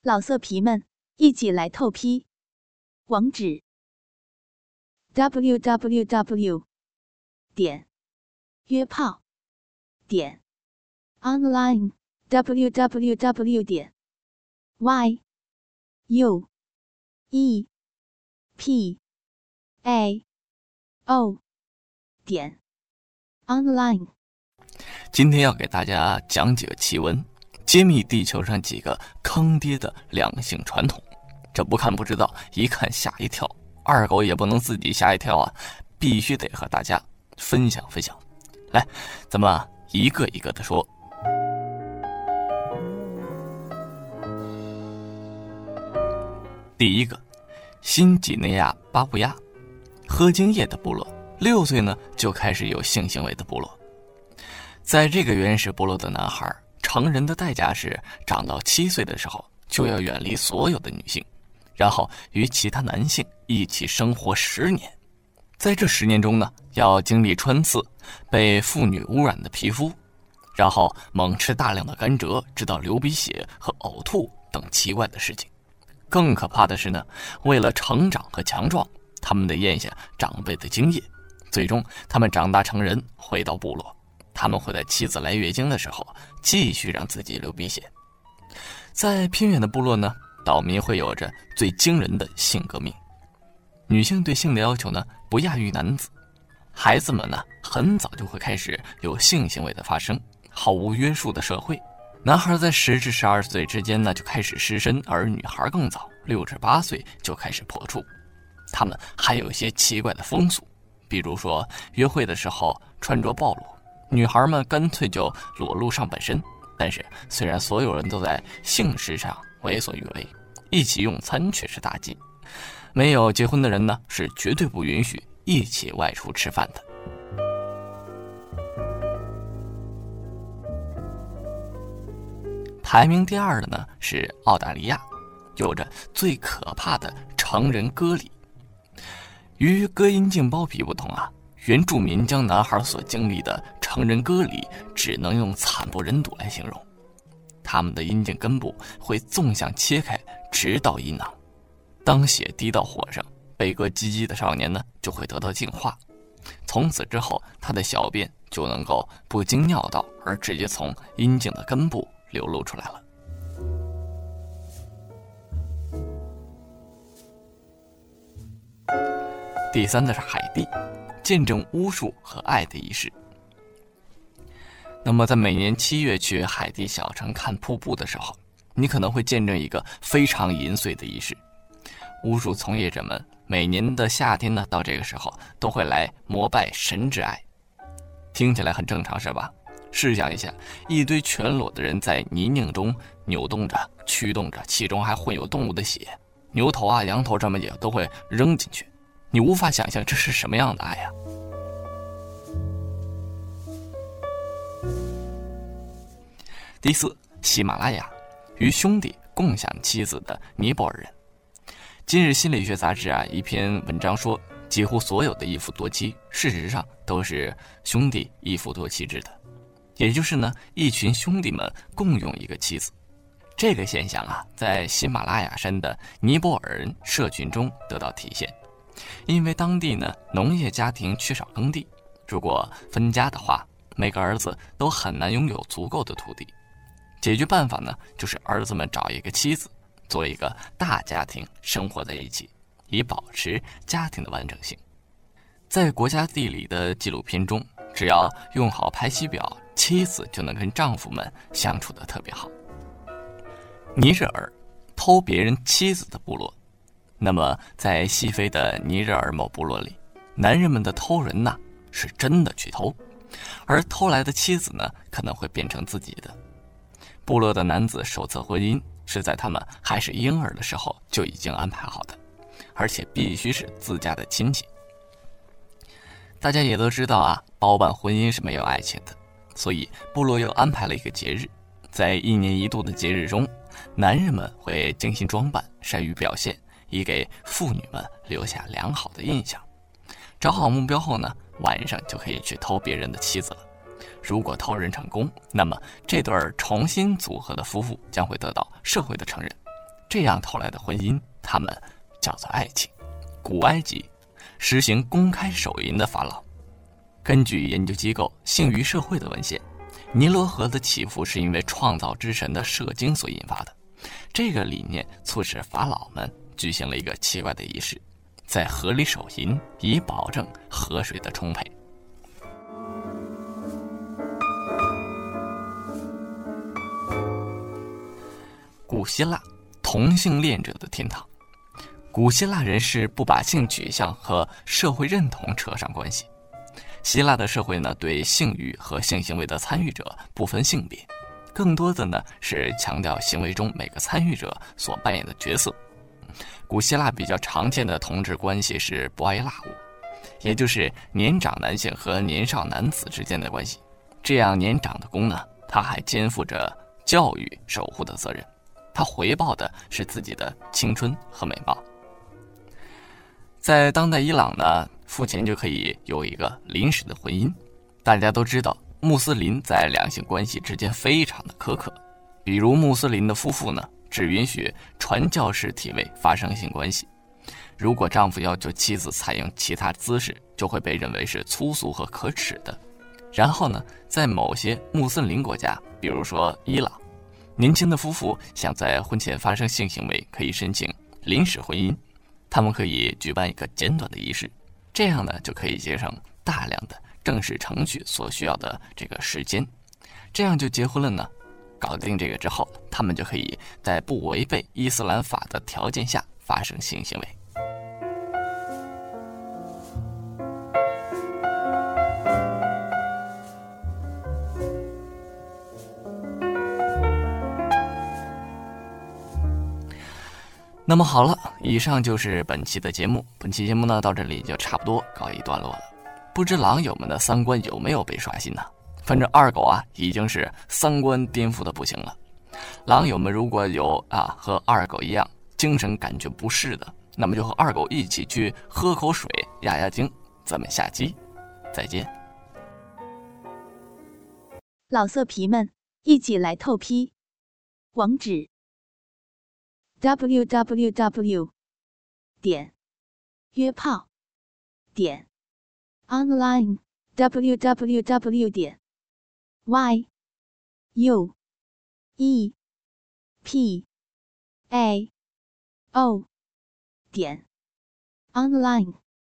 老色皮们，一起来透批！网址 www.约炮online www.yuepao.online。 今天要给大家讲几个奇闻，揭秘地球上几个坑爹的两性传统。这不看不知道，一看吓一跳。二狗也不能自己吓一跳啊，必须得和大家分享分享。来，咱们一个一个的说。第一个，新几内亚巴布亚喝精液的部落，6岁呢就开始有性行为的部落。在这个原始部落的男孩，成人的代价是长到7岁的时候就要远离所有的女性，然后与其他男性一起生活10年。在这10年中呢，要经历穿刺、被妇女污染的皮肤，然后猛吃大量的甘蔗，直到流鼻血和呕吐等奇怪的事情。更可怕的是呢，为了成长和强壮，他们得咽下长辈的精液，最终他们长大成人，回到部落。他们会在妻子来月经的时候继续让自己流鼻血。在偏远的部落呢，岛民会有着最惊人的性革命。女性对性的要求呢，不亚于男子。孩子们呢，很早就会开始有性行为的发生。毫无约束的社会，男孩在10至12岁之间呢就开始湿身，而女孩更早，6至8岁就开始破处。他们还有一些奇怪的风俗，比如说约会的时候穿着暴露，女孩们干脆就裸露上半身。但是虽然所有人都在性事上为所欲为，一起用餐却是大忌。没有结婚的人呢，是绝对不允许一起外出吃饭的。排名第2的呢是澳大利亚，有着最可怕的成人割礼。与割阴茎包皮不同啊，原住民将男孩所经历的成人割礼只能用惨不忍睹来形容。他们的阴茎根部会纵向切开，直到阴囊。当血滴到火上，被割鸡鸡的少年呢就会得到净化，从此之后他的小便就能够不经尿道而直接从阴茎的根部流露出来了。第3的是海地，见证巫术和爱的仪式。那么在每年7月去海地小城看瀑布的时候，你可能会见证一个非常淫秽的仪式。巫术从业者们每年的夏天呢，到这个时候都会来膜拜神之爱。听起来很正常是吧？试想一下，一堆全裸的人在泥泞中扭动着驱动着，其中还混有动物的血，牛头啊羊头这么也都会扔进去，你无法想象这是什么样的爱啊。第4，喜马拉雅，与兄弟共享妻子的尼泊尔人。今日心理学杂志一篇文章说，几乎所有的一夫多妻事实上都是兄弟一夫多妻制的，也就是呢，一群兄弟们共用一个妻子。这个现象在喜马拉雅山的尼泊尔人社群中得到体现。因为当地呢，农业家庭缺少耕地，如果分家的话，每个儿子都很难拥有足够的土地。解决办法呢，就是儿子们找一个妻子，做一个大家庭生活在一起，以保持家庭的完整性。在国家地理的纪录片中，只要用好排期表，妻子就能跟丈夫们相处得特别好。尼日尔，偷别人妻子的部落。那么在西非的尼日尔某部落里，男人们的偷人呢，是真的去偷，而偷来的妻子呢，可能会变成自己的。部落的男子首次婚姻是在他们还是婴儿的时候就已经安排好的，而且必须是自家的亲戚。大家也都知道包办婚姻是没有爱情的，所以部落又安排了一个节日。在1年1度的节日中，男人们会精心装扮，善于表现，以给妇女们留下良好的印象。找好目标后呢，晚上就可以去偷别人的妻子了。如果偷人成功，那么这对重新组合的夫妇将会得到社会的承认， 这样投来的婚姻，他们叫做爱情。古埃及实行公开手淫的法老。根据研究机构性与社会的文献，尼罗河的起伏是因为创造之神的射精所引发的。这个理念促使法老们举行了一个奇怪的仪式，在河里手淫，以保证河水的充沛。古希腊，同性恋者的天堂。古希腊人是不把性取向和社会认同扯上关系。希腊的社会呢，对性欲和性行为的参与者不分性别，更多的呢是强调行为中每个参与者所扮演的角色。古希腊比较常见的同志关系是博爱纳物，也就是年长男性和年少男子之间的关系。这样年长的公呢，他还肩负着教育守护的责任，他回报的是自己的青春和美貌。在当代伊朗呢，父亲就可以有一个临时的婚姻。大家都知道，穆斯林在两性关系之间非常的苛刻，比如穆斯林的夫妇呢，只允许传教士体位发生性关系。如果丈夫要求妻子采用其他姿势，就会被认为是粗俗和可耻的。然后呢，在某些穆斯林国家，比如说伊朗，年轻的夫妇想在婚前发生性行为，可以申请临时婚姻。他们可以举办一个简短的仪式，这样呢就可以节省大量的正式程序所需要的这个时间。这样就结婚了呢，搞定这个之后，他们就可以在不违背伊斯兰法的条件下发生性行为。那么好了，以上就是本期的节目。本期节目呢，到这里就差不多告一段落了。不知狼友们的三观有没有被刷新呢？反正二狗啊，已经是三观颠覆的不行了。狼友们如果有和二狗一样精神感觉不适的，那么就和二狗一起去喝口水压压惊。咱们下期再见。 老色皮们，一起来透批！网址：www.约炮.online www.yuepao.online